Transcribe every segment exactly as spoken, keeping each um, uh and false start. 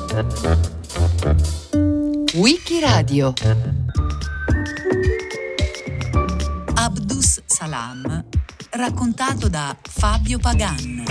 Wikiradio. Abdus Salam, raccontato da Fabio Pagan.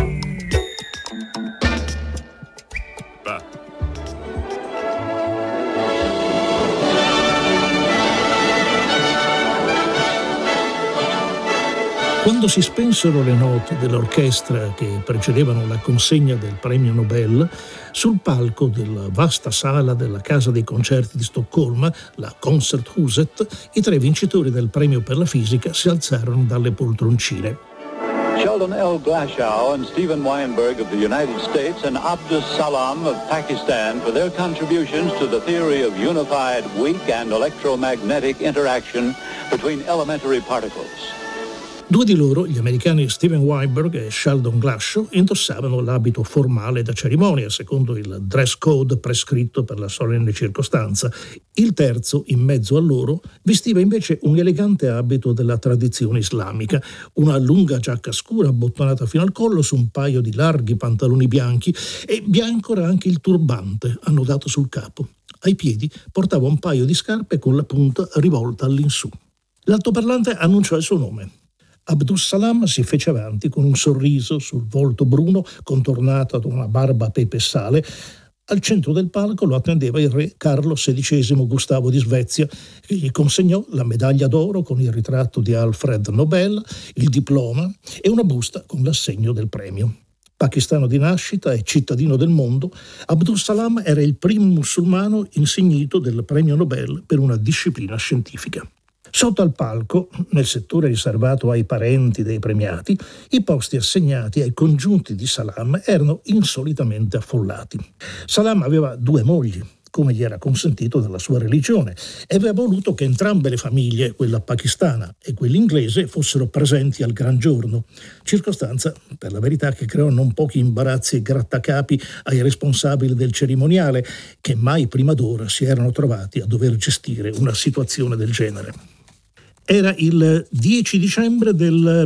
Quando si spensero le note dell'orchestra che precedevano la consegna del premio Nobel, sul palco della vasta sala della Casa dei Concerti di Stoccolma, la Concerthuset, i tre vincitori del premio per la fisica si alzarono dalle poltroncine. Sheldon L. Glashow and Steven Weinberg of the United States and Abdus Salam of Pakistan for their contributions to the theory of unified weak and electromagnetic interaction between elementary particles. Due di loro, gli americani Steven Weinberg e Sheldon Glashow, indossavano l'abito formale da cerimonia, secondo il dress code prescritto per la solenne circostanza. Il terzo, in mezzo a loro, vestiva invece un elegante abito della tradizione islamica, una lunga giacca scura abbottonata fino al collo su un paio di larghi pantaloni bianchi, e bianco era anche il turbante annodato sul capo. Ai piedi portava un paio di scarpe con la punta rivolta all'insù. L'altoparlante annunciò il suo nome. Abdus Salam si fece avanti con un sorriso sul volto bruno contornato da una barba a pepe e sale. Al centro del palco lo attendeva il re Carlo sedicesimo Gustavo di Svezia, che gli consegnò la medaglia d'oro con il ritratto di Alfred Nobel, il diploma e una busta con l'assegno del premio. Pakistano di nascita e cittadino del mondo, Abdus Salam era il primo musulmano insignito del premio Nobel per una disciplina scientifica. Sotto al palco, nel settore riservato ai parenti dei premiati, i posti assegnati ai congiunti di Salam erano insolitamente affollati. Salam aveva due mogli, come gli era consentito dalla sua religione, e aveva voluto che entrambe le famiglie, quella pakistana e quella inglese, fossero presenti al gran giorno, circostanza, per la verità, che creò non pochi imbarazzi e grattacapi ai responsabili del cerimoniale, che mai prima d'ora si erano trovati a dover gestire una situazione del genere. Era il dieci dicembre del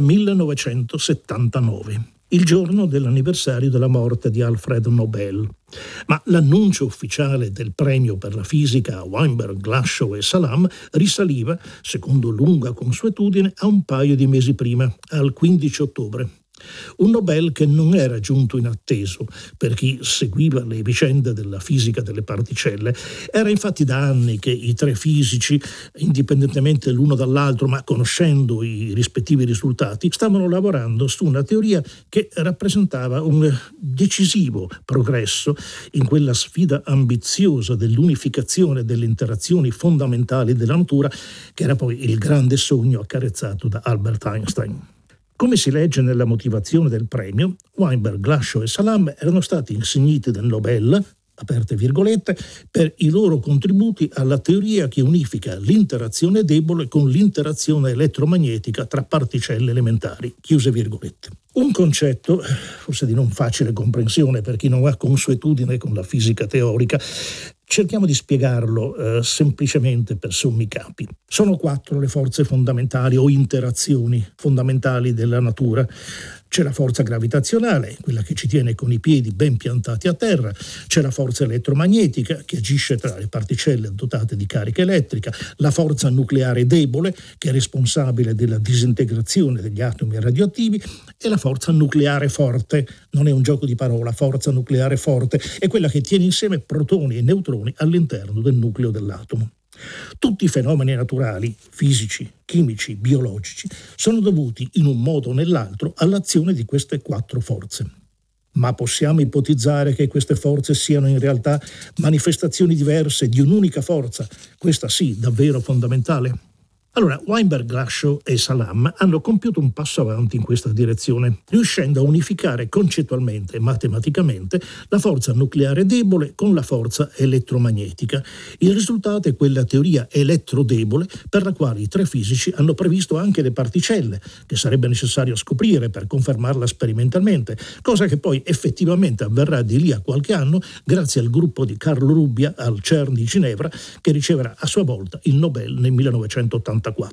millenovecentosettantanove, il giorno dell'anniversario della morte di Alfred Nobel. Ma l'annuncio ufficiale del premio per la fisica a Weinberg, Glashow e Salam risaliva, secondo lunga consuetudine, a un paio di mesi prima, al quindici ottobre. Un Nobel che non era giunto inatteso per chi seguiva le vicende della fisica delle particelle. Era infatti da anni che i tre fisici, indipendentemente l'uno dall'altro ma conoscendo i rispettivi risultati, stavano lavorando su una teoria che rappresentava un decisivo progresso in quella sfida ambiziosa dell'unificazione delle interazioni fondamentali della natura, che era poi il grande sogno accarezzato da Albert Einstein. Come si legge nella motivazione del premio, Weinberg, Glashow e Salam erano stati insigniti del Nobel, aperte virgolette, per i loro contributi alla teoria che unifica l'interazione debole con l'interazione elettromagnetica tra particelle elementari, chiuse virgolette. Un concetto, forse di non facile comprensione per chi non ha consuetudine con la fisica teorica. Cerchiamo di spiegarlo eh, semplicemente per sommi capi. Sono quattro le forze fondamentali o interazioni fondamentali della natura. C'è la forza gravitazionale, quella che ci tiene con i piedi ben piantati a terra. C'è la forza elettromagnetica, che agisce tra le particelle dotate di carica elettrica. La forza nucleare debole, che è responsabile della disintegrazione degli atomi radioattivi. E la forza nucleare forte, non è un gioco di parola, forza nucleare forte, è quella che tiene insieme protoni e neutroni all'interno del nucleo dell'atomo. Tutti i fenomeni naturali, fisici, chimici, biologici, sono dovuti in un modo o nell'altro all'azione di queste quattro forze. Ma possiamo ipotizzare che queste forze siano in realtà manifestazioni diverse di un'unica forza, questa sì, davvero fondamentale? Allora, Weinberg, Glashow e Salam hanno compiuto un passo avanti in questa direzione, riuscendo a unificare concettualmente e matematicamente la forza nucleare debole con la forza elettromagnetica. Il risultato è quella teoria elettrodebole per la quale i tre fisici hanno previsto anche le particelle, che sarebbe necessario scoprire per confermarla sperimentalmente, cosa che poi effettivamente avverrà di lì a qualche anno grazie al gruppo di Carlo Rubbia al CERN di Ginevra, che riceverà a sua volta il Nobel nel millenovecentoottantaquattro.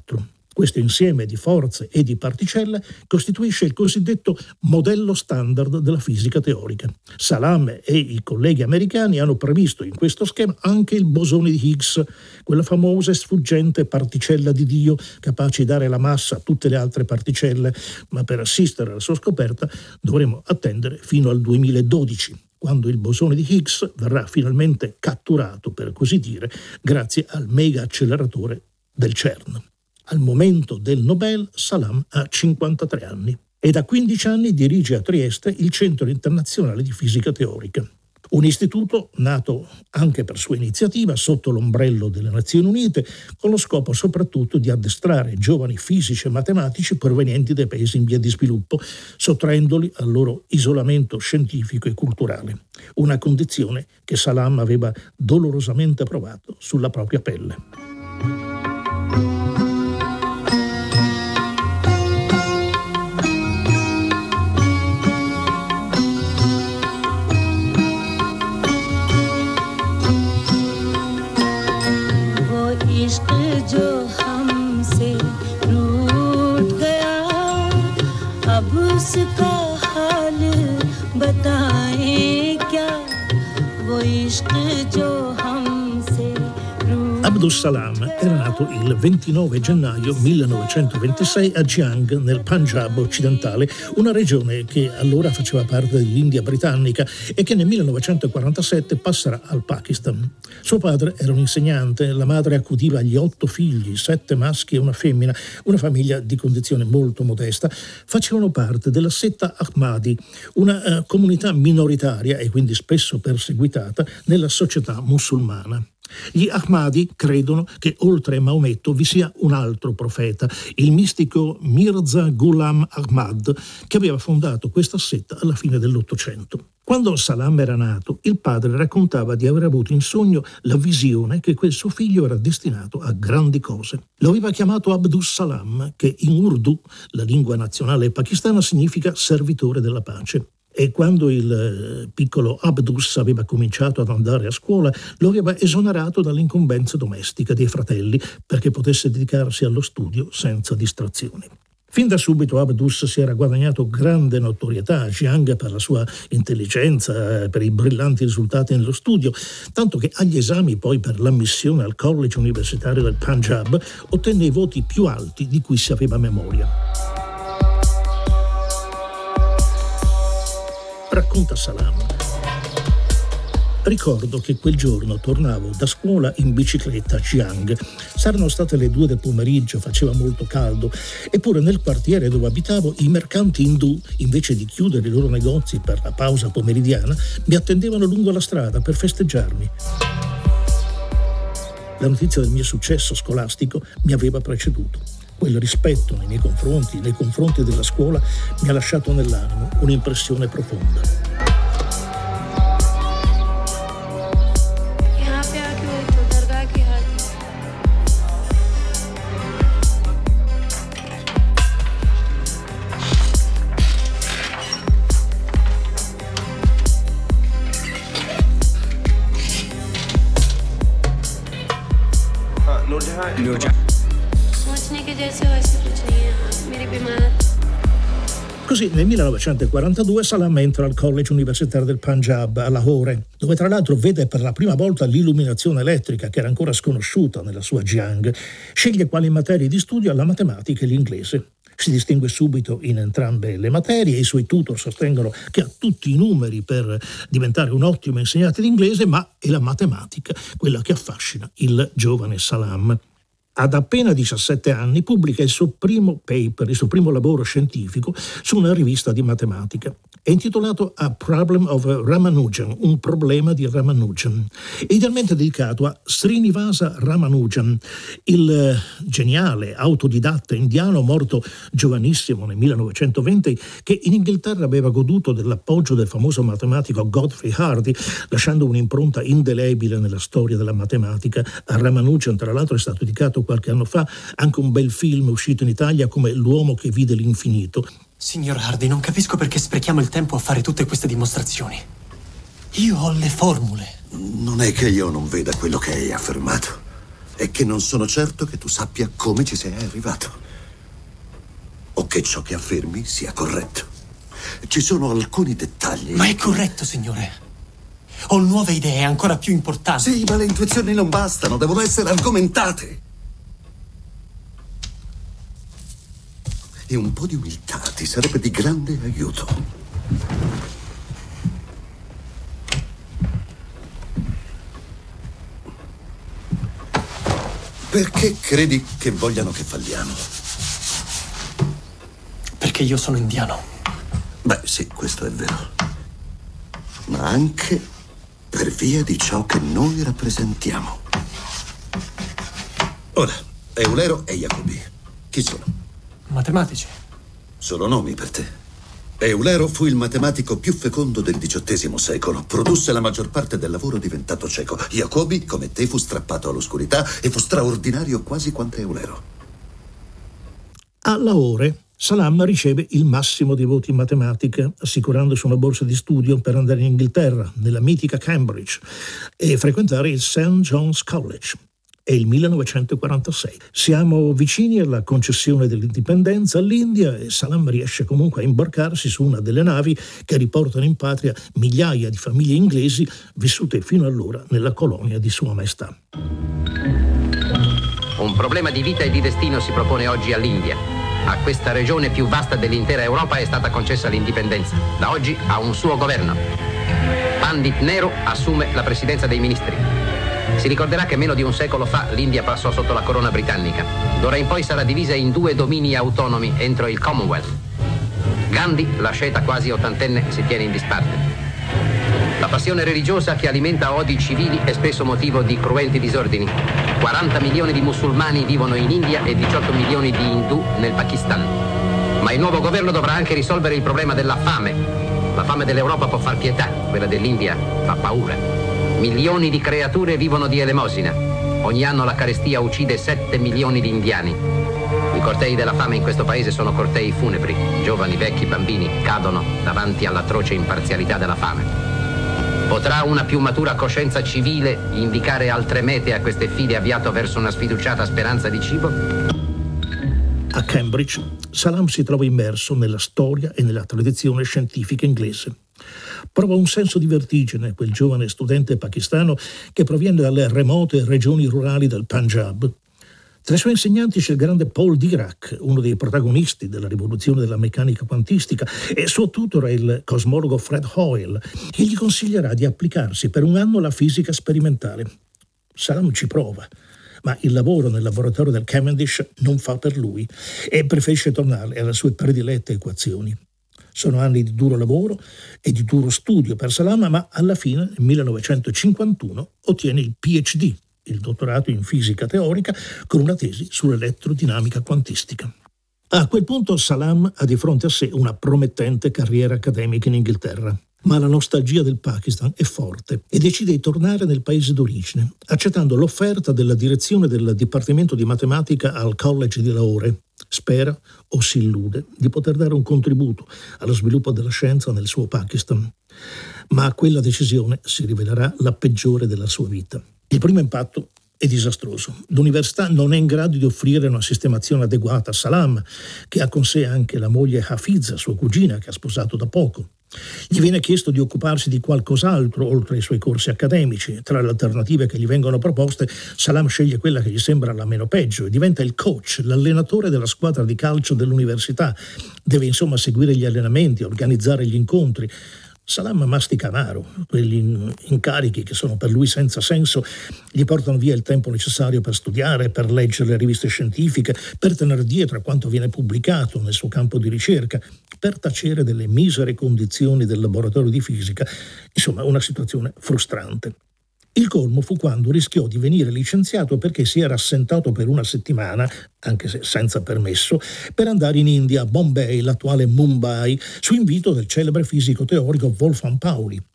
Questo insieme di forze e di particelle costituisce il cosiddetto modello standard della fisica teorica. Salam e i colleghi americani hanno previsto in questo schema anche il bosone di Higgs, quella famosa e sfuggente particella di Dio capace di dare la massa a tutte le altre particelle, ma per assistere alla sua scoperta dovremo attendere fino al duemiladodici, quando il bosone di Higgs verrà finalmente catturato, per così dire, grazie al mega acceleratore del CERN. Al momento del Nobel, Salam ha cinquantatré anni e da quindici anni dirige a Trieste il Centro Internazionale di Fisica Teorica, un istituto nato anche per sua iniziativa sotto l'ombrello delle Nazioni Unite, con lo scopo soprattutto di addestrare giovani fisici e matematici provenienti dai paesi in via di sviluppo, sottraendoli al loro isolamento scientifico e culturale, una condizione che Salam aveva dolorosamente provato sulla propria pelle. जो हमसे रूठ गया अब उसका हाल बताएं क्या वो इश्क जो हमसे Abdus Salam era nato il ventinove gennaio millenovecentoventisei a Jiang, nel Punjab occidentale, una regione che allora faceva parte dell'India britannica e che nel millenovecentoquarantasette passerà al Pakistan. Suo padre era un insegnante, la madre accudiva gli otto figli, sette maschi e una femmina, una famiglia di condizione molto modesta. Facevano parte della setta Ahmadi, una uh, comunità minoritaria e quindi spesso perseguitata nella società musulmana. Gli Ahmadi credono che oltre a Maometto vi sia un altro profeta, il mistico Mirza Ghulam Ahmad, che aveva fondato questa setta alla fine dell'Ottocento. Quando Salam era nato, il padre raccontava di aver avuto in sogno la visione che quel suo figlio era destinato a grandi cose. Lo aveva chiamato Abdus Salam, che in Urdu, la lingua nazionale pakistana, significa servitore della pace. E quando il piccolo Abdus aveva cominciato ad andare a scuola, lo aveva esonerato dall'incombenza domestica dei fratelli perché potesse dedicarsi allo studio senza distrazioni. Fin da subito Abdus si era guadagnato grande notorietà a Jiang per la sua intelligenza, per i brillanti risultati nello studio, tanto che agli esami poi per l'ammissione al College Universitario del Punjab ottenne i voti più alti di cui si aveva memoria. Racconta Salam: ricordo che quel giorno tornavo da scuola in bicicletta a Jiang. Saranno state le due del pomeriggio, faceva molto caldo, eppure nel quartiere dove abitavo i mercanti indù, invece di chiudere i loro negozi per la pausa pomeridiana, mi attendevano lungo la strada per festeggiarmi. La notizia del mio successo scolastico mi aveva preceduto. Quel rispetto nei miei confronti, nei confronti della scuola, mi ha lasciato nell'animo un'impressione profonda. Così nel millenovecentoquarantadue Salam entra al College Universitario del Punjab a Lahore, dove tra l'altro vede per la prima volta l'illuminazione elettrica, che era ancora sconosciuta nella sua Jiang. Sceglie quali materie di studio la matematica e l'inglese. Si distingue subito in entrambe le materie, i suoi tutor sostengono che ha tutti i numeri per diventare un ottimo insegnante di inglese, ma è la matematica quella che affascina il giovane Salam. Ad appena diciassette anni pubblica il suo primo paper, il suo primo lavoro scientifico su una rivista di matematica. È intitolato A Problem of Ramanujan, un problema di Ramanujan, idealmente dedicato a Srinivasa Ramanujan, il geniale autodidatta indiano morto giovanissimo nel millenovecentoventi, che in Inghilterra aveva goduto dell'appoggio del famoso matematico Godfrey Hardy, lasciando un'impronta indelebile nella storia della matematica. A Ramanujan, tra l'altro, è stato dedicato qualche anno fa anche un bel film uscito in Italia come L'uomo che vide l'infinito. Signor Hardy, non capisco perché sprechiamo il tempo a fare tutte queste dimostrazioni. Io ho le formule. Non è che io non veda quello che hai affermato. è che non sono certo che tu sappia come ci sei arrivato o che ciò che affermi sia corretto. Ci sono alcuni dettagli. Ma è corretto, signore. Ho nuove idee ancora più importanti. Sì, ma le intuizioni non bastano, devono essere argomentate. E un po' di umiltà ti sarebbe di grande aiuto. Perché credi che vogliano che falliamo? Perché io sono indiano. Beh, sì, questo è vero. Ma anche per via di ciò che noi rappresentiamo. Ora, Eulero e Jacobi. Chi sono? Matematici. Solo nomi per te. Eulero fu il matematico più fecondo del diciottesimo secolo. Produsse la maggior parte del lavoro diventato cieco. Jacobi, come te, fu strappato all'oscurità e fu straordinario quasi quanto Eulero. A Lahore, Salam riceve il massimo dei voti in matematica, assicurandosi una borsa di studio per andare in Inghilterra, nella mitica Cambridge, e frequentare il Saint John's College. È il millenovecentoquarantasei. Siamo vicini alla concessione dell'indipendenza all'India e Salam riesce comunque a imbarcarsi su una delle navi che riportano in patria migliaia di famiglie inglesi vissute fino allora nella colonia di Sua Maestà. Un problema di vita e di destino si propone oggi all'India. A questa regione più vasta dell'intera Europa è stata concessa l'indipendenza. Da oggi ha un suo governo. Pandit Nehru assume la presidenza dei ministri. Si ricorderà che meno di un secolo fa l'India passò sotto la corona britannica. D'ora in poi sarà divisa in due domini autonomi entro il Commonwealth. Gandhi, l'asceta quasi ottantenne, si tiene in disparte. La passione religiosa che alimenta odi civili è spesso motivo di cruenti disordini. quaranta milioni di musulmani vivono in India e diciotto milioni di indù nel Pakistan. Ma il nuovo governo dovrà anche risolvere il problema della fame. La fame dell'Europa può far pietà, quella dell'India fa paura. Milioni di creature vivono di elemosina. Ogni anno la carestia uccide sette milioni di indiani. I cortei della fame in questo paese sono cortei funebri. Giovani, vecchi, bambini cadono davanti all'atroce imparzialità della fame. Potrà una più matura coscienza civile indicare altre mete a queste file avviato verso una sfiduciata speranza di cibo? A Cambridge, Salam si trova immerso nella storia e nella tradizione scientifica inglese. Prova un senso di vertigine quel giovane studente pakistano che proviene dalle remote regioni rurali del Punjab. Tra i suoi insegnanti c'è il grande Paul Dirac, uno dei protagonisti della rivoluzione della meccanica quantistica, e suo tutore è il cosmologo Fred Hoyle, che gli consiglierà di applicarsi per un anno alla fisica sperimentale. Salam ci prova, ma il lavoro nel laboratorio del Cavendish non fa per lui e preferisce tornare alle sue predilette equazioni. Sono anni di duro lavoro e di duro studio per Salam, ma alla fine, nel millenovecentocinquantuno, ottiene il P H D, il dottorato in fisica teorica, con una tesi sull'elettrodinamica quantistica. A quel punto Salam ha di fronte a sé una promettente carriera accademica in Inghilterra, ma la nostalgia del Pakistan è forte e decide di tornare nel paese d'origine, accettando l'offerta della direzione del Dipartimento di Matematica al College di Lahore. Spera o si illude di poter dare un contributo allo sviluppo della scienza nel suo Pakistan, ma quella decisione si rivelerà la peggiore della sua vita. Il primo impatto è disastroso. L'università non è in grado di offrire una sistemazione adeguata a Salam, che ha con sé anche la moglie Hafiza, sua cugina, che ha sposato da poco. Gli viene chiesto di occuparsi di qualcos'altro oltre ai suoi corsi accademici. Tra le alternative che gli vengono proposte, Salam sceglie quella che gli sembra la meno peggio e diventa il coach, l'allenatore della squadra di calcio dell'università. Deve insomma seguire gli allenamenti, organizzare gli incontri. Salam mastica amaro, quegli incarichi che sono per lui senza senso gli portano via il tempo necessario per studiare, per leggere le riviste scientifiche, per tenere dietro a quanto viene pubblicato nel suo campo di ricerca, per tacere delle misere condizioni del laboratorio di fisica. Insomma, una situazione frustrante. Il colmo fu quando rischiò di venire licenziato perché si era assentato per una settimana, anche se senza permesso, per andare in India, a Bombay, l'attuale Mumbai, su invito del celebre fisico teorico Wolfgang Pauli,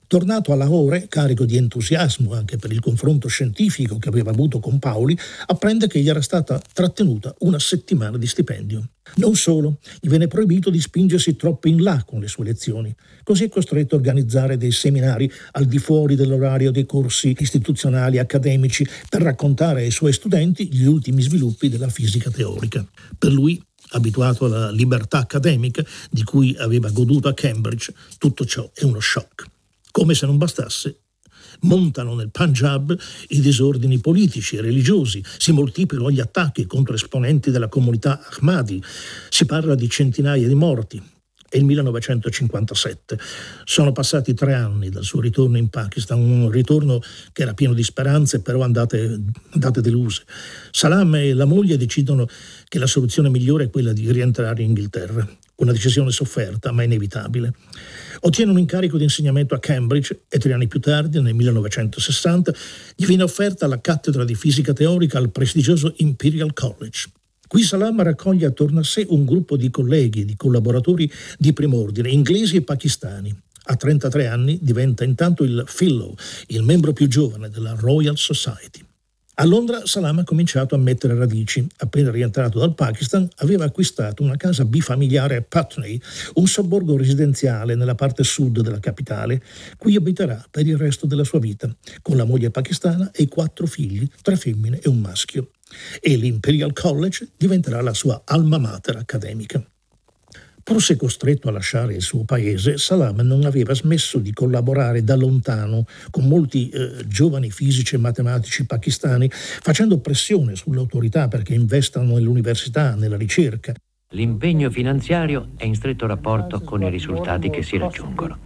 Tornato a Lahore, carico di entusiasmo anche per il confronto scientifico che aveva avuto con Pauli, apprende che gli era stata trattenuta una settimana di stipendio. Non solo, gli viene proibito di spingersi troppo in là con le sue lezioni. Così è costretto a organizzare dei seminari al di fuori dell'orario dei corsi istituzionali accademici per raccontare ai suoi studenti gli ultimi sviluppi della fisica teorica. Per lui, abituato alla libertà accademica di cui aveva goduto a Cambridge, tutto ciò è uno shock. Come se non bastasse, montano nel Punjab i disordini politici e religiosi, si moltiplicano gli attacchi contro esponenti della comunità Ahmadi, si parla di centinaia di morti. È il millenovecentocinquantasette. Sono passati tre anni dal suo ritorno in Pakistan, un ritorno che era pieno di speranze, però andate, andate deluse. Salam e la moglie decidono che la soluzione migliore è quella di rientrare in Inghilterra. Una decisione sofferta, ma inevitabile. Ottiene un incarico di insegnamento a Cambridge e tre anni più tardi, nel millenovecentosessanta, gli viene offerta la cattedra di fisica teorica al prestigioso Imperial College. Qui Salam raccoglie attorno a sé un gruppo di colleghi e di collaboratori di prim'ordine, inglesi e pakistani. A trentatré anni diventa intanto il Fellow, il membro più giovane della Royal Society. A Londra Salam ha cominciato a mettere radici. Appena rientrato dal Pakistan aveva acquistato una casa bifamiliare a Putney, un sobborgo residenziale nella parte sud della capitale. Qui abiterà per il resto della sua vita, con la moglie pakistana e i quattro figli, tre femmine e un maschio. E l'Imperial College diventerà la sua alma mater accademica. Pur se costretto a lasciare il suo paese, Salam non aveva smesso di collaborare da lontano con molti eh, giovani fisici e matematici pakistani, facendo pressione sulle autorità perché investano nell'università, nella ricerca. L'impegno finanziario è in stretto rapporto con i risultati che si raggiungono.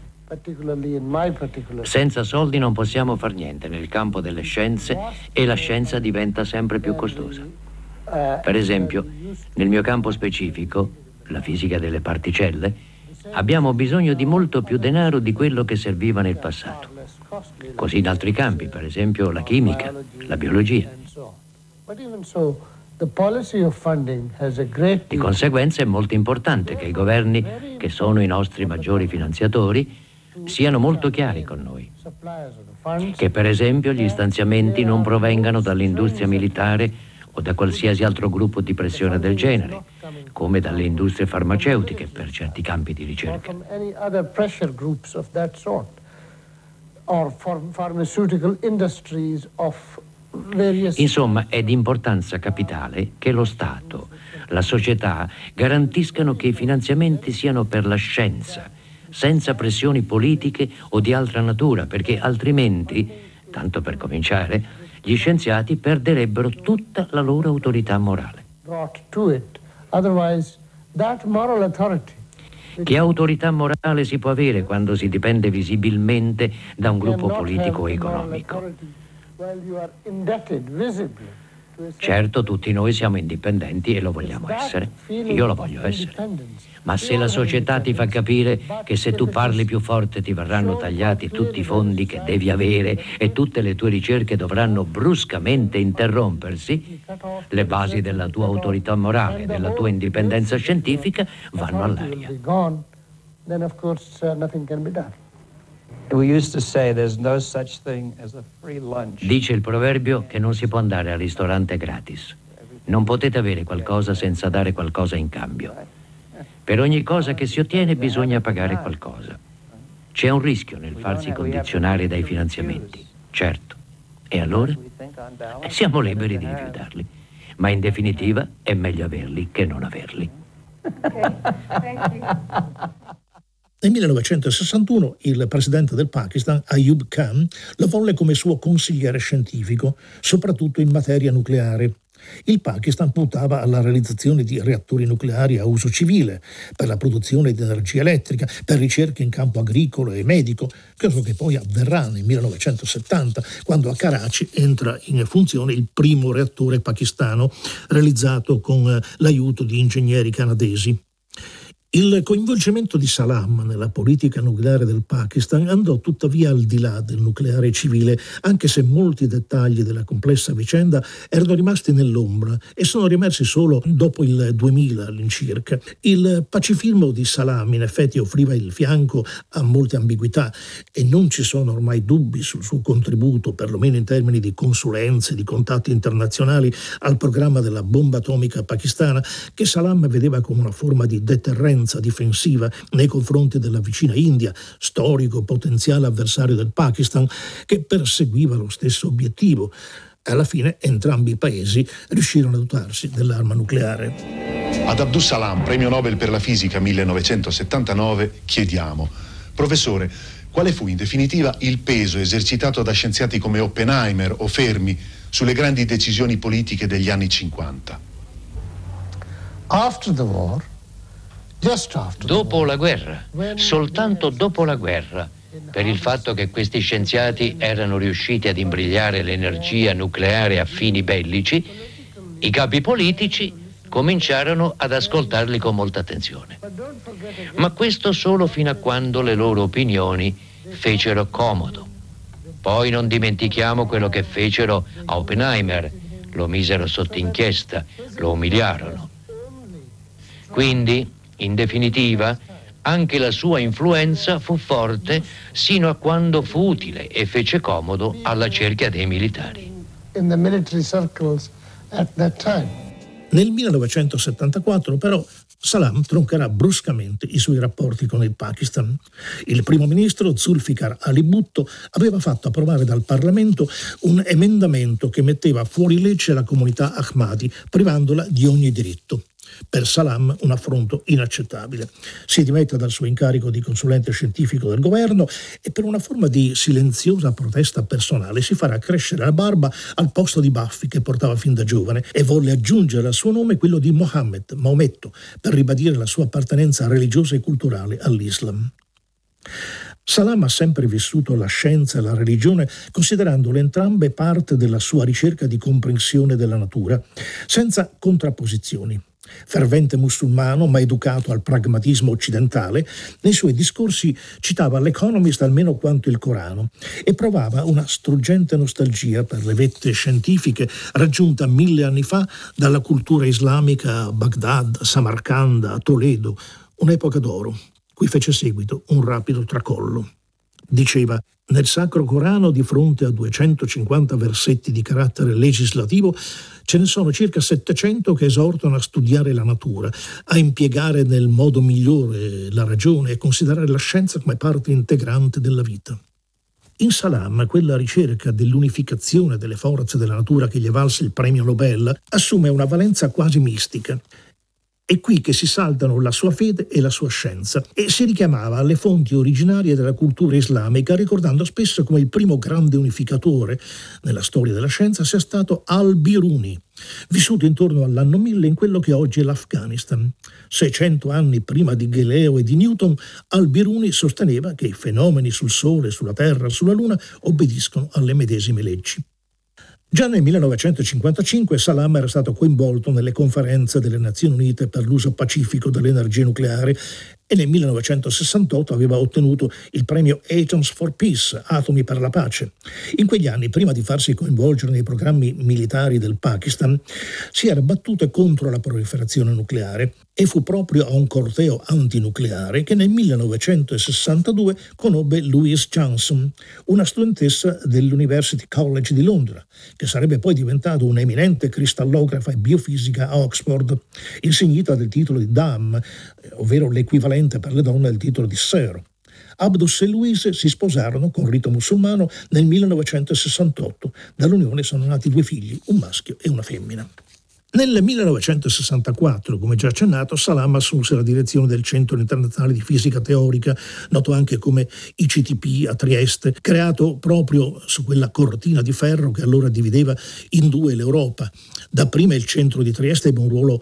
Senza soldi non possiamo far niente nel campo delle scienze e la scienza diventa sempre più costosa. Per esempio, nel mio campo specifico, la fisica delle particelle, abbiamo bisogno di molto più denaro di quello che serviva nel passato. Così in altri campi, per esempio la chimica, la biologia. Di conseguenza è molto importante che i governi, che sono i nostri maggiori finanziatori, siano molto chiari con noi. Che per esempio gli stanziamenti non provengano dall'industria militare o da qualsiasi altro gruppo di pressione del genere, come dalle industrie farmaceutiche per certi campi di ricerca. Insomma, è di importanza capitale che lo Stato, la società, garantiscano che i finanziamenti siano per la scienza, senza pressioni politiche o di altra natura, perché altrimenti, tanto per cominciare, gli scienziati perderebbero tutta la loro autorità morale. Che autorità morale si può avere quando si dipende visibilmente da un gruppo politico o economico? Certo, tutti noi siamo indipendenti e lo vogliamo essere. Io lo voglio essere. Ma se la società ti fa capire che se tu parli più forte ti verranno tagliati tutti i fondi che devi avere e tutte le tue ricerche dovranno bruscamente interrompersi, le basi della tua autorità morale e della tua indipendenza scientifica vanno all'aria. Dice il proverbio che non si può andare al ristorante gratis. Non potete avere qualcosa senza dare qualcosa in cambio. Per ogni cosa che si ottiene bisogna pagare qualcosa. C'è un rischio nel farsi condizionare dai finanziamenti, certo. E allora? Siamo liberi di rifiutarli. Ma in definitiva è meglio averli che non averli. Nel millenovecentosessantuno il presidente del Pakistan, Ayub Khan, lo volle come suo consigliere scientifico, soprattutto in materia nucleare. Il Pakistan puntava alla realizzazione di reattori nucleari a uso civile, per la produzione di energia elettrica, per ricerche in campo agricolo e medico, cosa che poi avverrà nel millenovecentosettanta, quando a Karachi entra in funzione il primo reattore pakistano, realizzato con l'aiuto di ingegneri canadesi. Il coinvolgimento di Salam nella politica nucleare del Pakistan andò tuttavia al di là del nucleare civile, anche se molti dettagli della complessa vicenda erano rimasti nell'ombra e sono riemersi solo dopo il duemila all'incirca. Il pacifismo di Salam in effetti offriva il fianco a molte ambiguità e non ci sono ormai dubbi sul suo contributo, perlomeno in termini di consulenze, di contatti internazionali, al programma della bomba atomica pakistana, che Salam vedeva come una forma di deterrenza difensiva nei confronti della vicina India, storico potenziale avversario del Pakistan, che perseguiva lo stesso obiettivo. Alla fine entrambi i paesi riuscirono a dotarsi dell'arma nucleare. Ad Abdus Salam, premio Nobel per la fisica millenovecentosettantanove, chiediamo: professore, quale fu in definitiva il peso esercitato da scienziati come Oppenheimer o Fermi sulle grandi decisioni politiche degli anni cinquanta? After the war, Dopo la guerra, soltanto dopo la guerra, per il fatto che questi scienziati erano riusciti ad imbrigliare l'energia nucleare a fini bellici, i capi politici cominciarono ad ascoltarli con molta attenzione. Ma questo solo fino a quando le loro opinioni fecero comodo. Poi non dimentichiamo quello che fecero a Oppenheimer, lo misero sotto inchiesta, lo umiliarono. Quindi, in definitiva, anche la sua influenza fu forte sino a quando fu utile e fece comodo alla cerchia dei militari. In the military circles at that time. Nel millenovecentosettantaquattro, però, Salam troncherà bruscamente i suoi rapporti con il Pakistan. Il primo ministro Zulfikar Ali Bhutto aveva fatto approvare dal Parlamento un emendamento che metteva fuori legge la comunità Ahmadi, privandola di ogni diritto. Per Salam un affronto inaccettabile. Si dimette dal suo incarico di consulente scientifico del governo e per una forma di silenziosa protesta personale si farà crescere la barba al posto di baffi che portava fin da giovane e volle aggiungere al suo nome quello di Mohammed, Maometto, per ribadire la sua appartenenza religiosa e culturale all'Islam. Salam ha sempre vissuto la scienza e la religione considerandole entrambe parte della sua ricerca di comprensione della natura, senza contrapposizioni. Fervente musulmano, ma educato al pragmatismo occidentale, nei suoi discorsi citava l'Economist almeno quanto il Corano e provava una struggente nostalgia per le vette scientifiche raggiunta mille anni fa dalla cultura islamica a Baghdad, a Samarcanda, a Toledo, un'epoca d'oro, cui fece seguito un rapido tracollo. Diceva: nel Sacro Corano, di fronte a duecentocinquanta versetti di carattere legislativo, ce ne sono circa settecento che esortano a studiare la natura, a impiegare nel modo migliore la ragione e considerare la scienza come parte integrante della vita. In Salam, quella ricerca dell'unificazione delle forze della natura che gli valse il premio Nobel assume una valenza quasi mistica. È qui che si saldano la sua fede e la sua scienza e si richiamava alle fonti originarie della cultura islamica, ricordando spesso come il primo grande unificatore nella storia della scienza sia stato Al-Biruni, vissuto intorno all'anno mille in quello che oggi è l'Afghanistan. seicento anni prima di Galileo e di Newton, Al-Biruni sosteneva che i fenomeni sul Sole, sulla Terra, sulla Luna obbediscono alle medesime leggi. Già nel millenovecentocinquantacinque Salam era stato coinvolto nelle conferenze delle Nazioni Unite per l'uso pacifico dell'energia nucleare e nel millenovecentosessantotto aveva ottenuto il premio Atoms for Peace, Atomi per la pace. In quegli anni, prima di farsi coinvolgere nei programmi militari del Pakistan, si era battuto contro la proliferazione nucleare e fu proprio a un corteo antinucleare che nel millenovecentosessantadue conobbe Louise Johnson, una studentessa dell'University College di Londra, che sarebbe poi diventato un'eminente cristallografa e biofisica a Oxford, insignita del titolo di Dame, ovvero l'equivalente per le donne del titolo di Sir. Abdus e Louise si sposarono con rito musulmano nel millenovecentosessantotto. Dall'unione sono nati due figli, un maschio e una femmina. Nel millenovecentosessantaquattro, come già accennato, Salam assunse la direzione del Centro Internazionale di Fisica Teorica, noto anche come I C T P a Trieste, creato proprio su quella cortina di ferro che allora divideva in due l'Europa. Dapprima il centro di Trieste ebbe un ruolo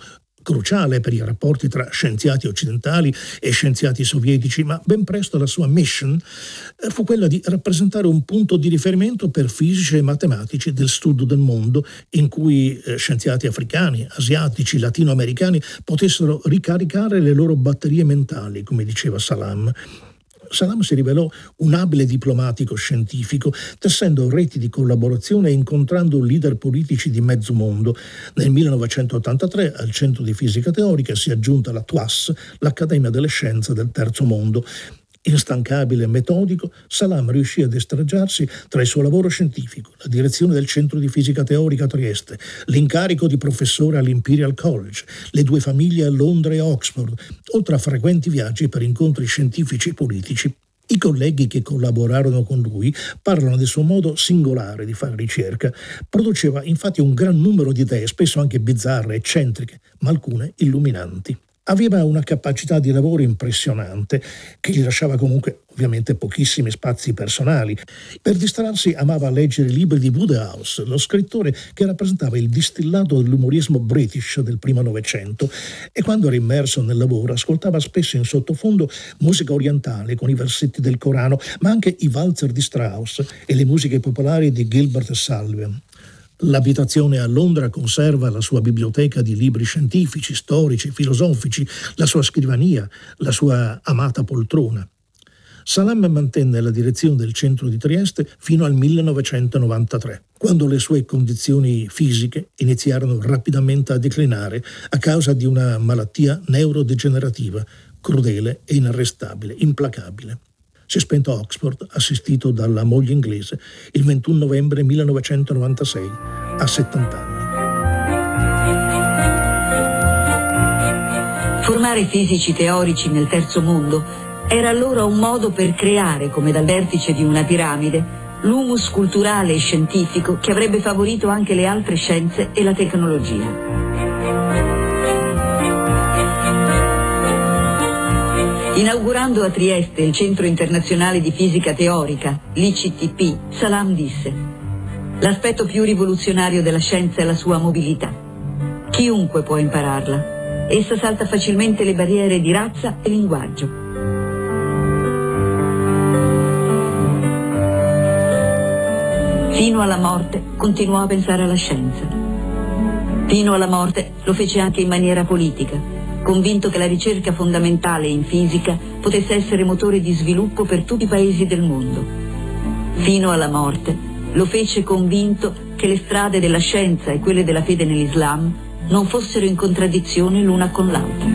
cruciale per i rapporti tra scienziati occidentali e scienziati sovietici, ma ben presto la sua mission fu quella di rappresentare un punto di riferimento per fisici e matematici del sud del mondo, in cui eh, scienziati africani, asiatici, latinoamericani potessero ricaricare le loro batterie mentali, come diceva Salam. Salam si rivelò un abile diplomatico scientifico, tessendo reti di collaborazione e incontrando leader politici di mezzo mondo. Nel millenovecentottantatré al Centro di Fisica Teorica si è aggiunta la T U A S, l'Accademia delle Scienze del Terzo Mondo. Instancabile e metodico, Salam riuscì a destreggiarsi tra il suo lavoro scientifico, la direzione del Centro di Fisica Teorica a Trieste, l'incarico di professore all'Imperial College, le due famiglie a Londra e Oxford, oltre a frequenti viaggi per incontri scientifici e politici. I colleghi che collaborarono con lui parlano del suo modo singolare di fare ricerca. Produceva infatti un gran numero di idee, spesso anche bizzarre, eccentriche, ma alcune illuminanti. Aveva una capacità di lavoro impressionante che gli lasciava comunque ovviamente pochissimi spazi personali. Per distrarsi amava leggere libri di Wodehouse, lo scrittore che rappresentava il distillato dell'umorismo british del primo Novecento, e quando era immerso nel lavoro ascoltava spesso in sottofondo musica orientale con i versetti del Corano, ma anche i valzer di Strauss e le musiche popolari di Gilbert Sullivan. L'abitazione a Londra conserva la sua biblioteca di libri scientifici, storici, filosofici, la sua scrivania, la sua amata poltrona. Salam mantenne la direzione del centro di Trieste fino al millenovecentonovantatré, quando le sue condizioni fisiche iniziarono rapidamente a declinare a causa di una malattia neurodegenerativa, crudele e inarrestabile, implacabile. Si è spento a Oxford, assistito dalla moglie inglese, il ventuno novembre millenovecentonovantasei, a settanta anni. Formare fisici teorici nel terzo mondo era allora un modo per creare, come dal vertice di una piramide, l'humus culturale e scientifico che avrebbe favorito anche le altre scienze e la tecnologia. Inaugurando a Trieste il Centro Internazionale di Fisica Teorica, l'I C T P, Salam disse: «L'aspetto più rivoluzionario della scienza è la sua mobilità. Chiunque può impararla. Essa salta facilmente le barriere di razza e linguaggio». Fino alla morte continuò a pensare alla scienza. Fino alla morte lo fece anche in maniera politica, convinto che la ricerca fondamentale in fisica potesse essere motore di sviluppo per tutti i paesi del mondo. Fino alla morte lo fece convinto che le strade della scienza e quelle della fede nell'Islam non fossero in contraddizione l'una con l'altra.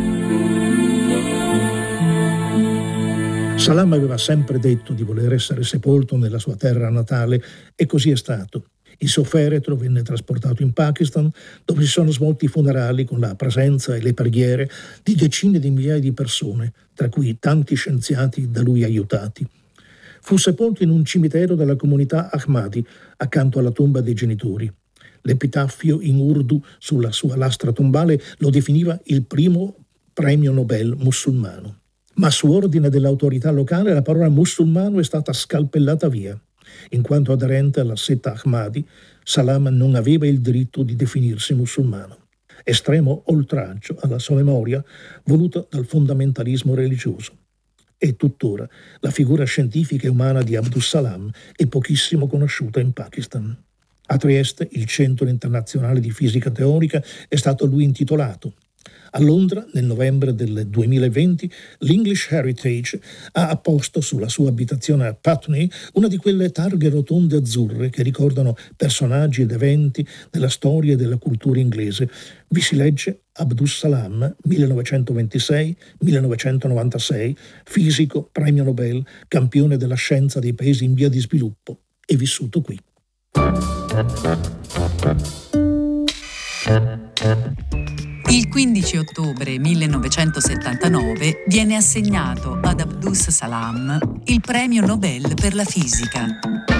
Salam aveva sempre detto di voler essere sepolto nella sua terra natale, e così è stato. Il suo feretro venne trasportato in Pakistan, dove si sono svolti i funerali con la presenza e le preghiere di decine di migliaia di persone, tra cui tanti scienziati da lui aiutati. Fu sepolto in un cimitero della comunità Ahmadi, accanto alla tomba dei genitori. L'epitaffio in urdu sulla sua lastra tombale lo definiva il primo premio Nobel musulmano. Ma su ordine dell'autorità locale la parola musulmano è stata scalpellata via. In quanto aderente alla setta Ahmadi, Salam non aveva il diritto di definirsi musulmano. Estremo oltraggio alla sua memoria voluto dal fondamentalismo religioso. E tuttora la figura scientifica e umana di Abdus Salam è pochissimo conosciuta in Pakistan. A Trieste il Centro Internazionale di Fisica Teorica è stato a lui intitolato. A Londra, nel novembre del duemilaventi, l'English Heritage ha apposto sulla sua abitazione a Putney una di quelle targhe rotonde azzurre che ricordano personaggi ed eventi della storia e della cultura inglese. Vi si legge Abdus Salam, millenovecentoventisei millenovecentonovantasei, fisico, premio Nobel, campione della scienza dei paesi in via di sviluppo, e vissuto qui. Il quindici ottobre millenovecentosettantanove viene assegnato ad Abdus Salam il premio Nobel per la fisica.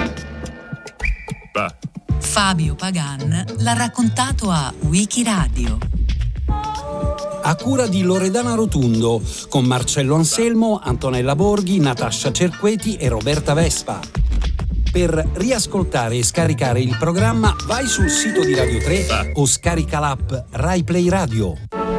Bah. Fabio Pagan l'ha raccontato a Wikiradio. A cura di Loredana Rotundo, con Marcello Anselmo, Antonella Borghi, Natascia Cerqueti e Roberta Vespa. Per riascoltare e scaricare il programma vai sul sito di Radio tre o scarica l'app Rai Play Radio.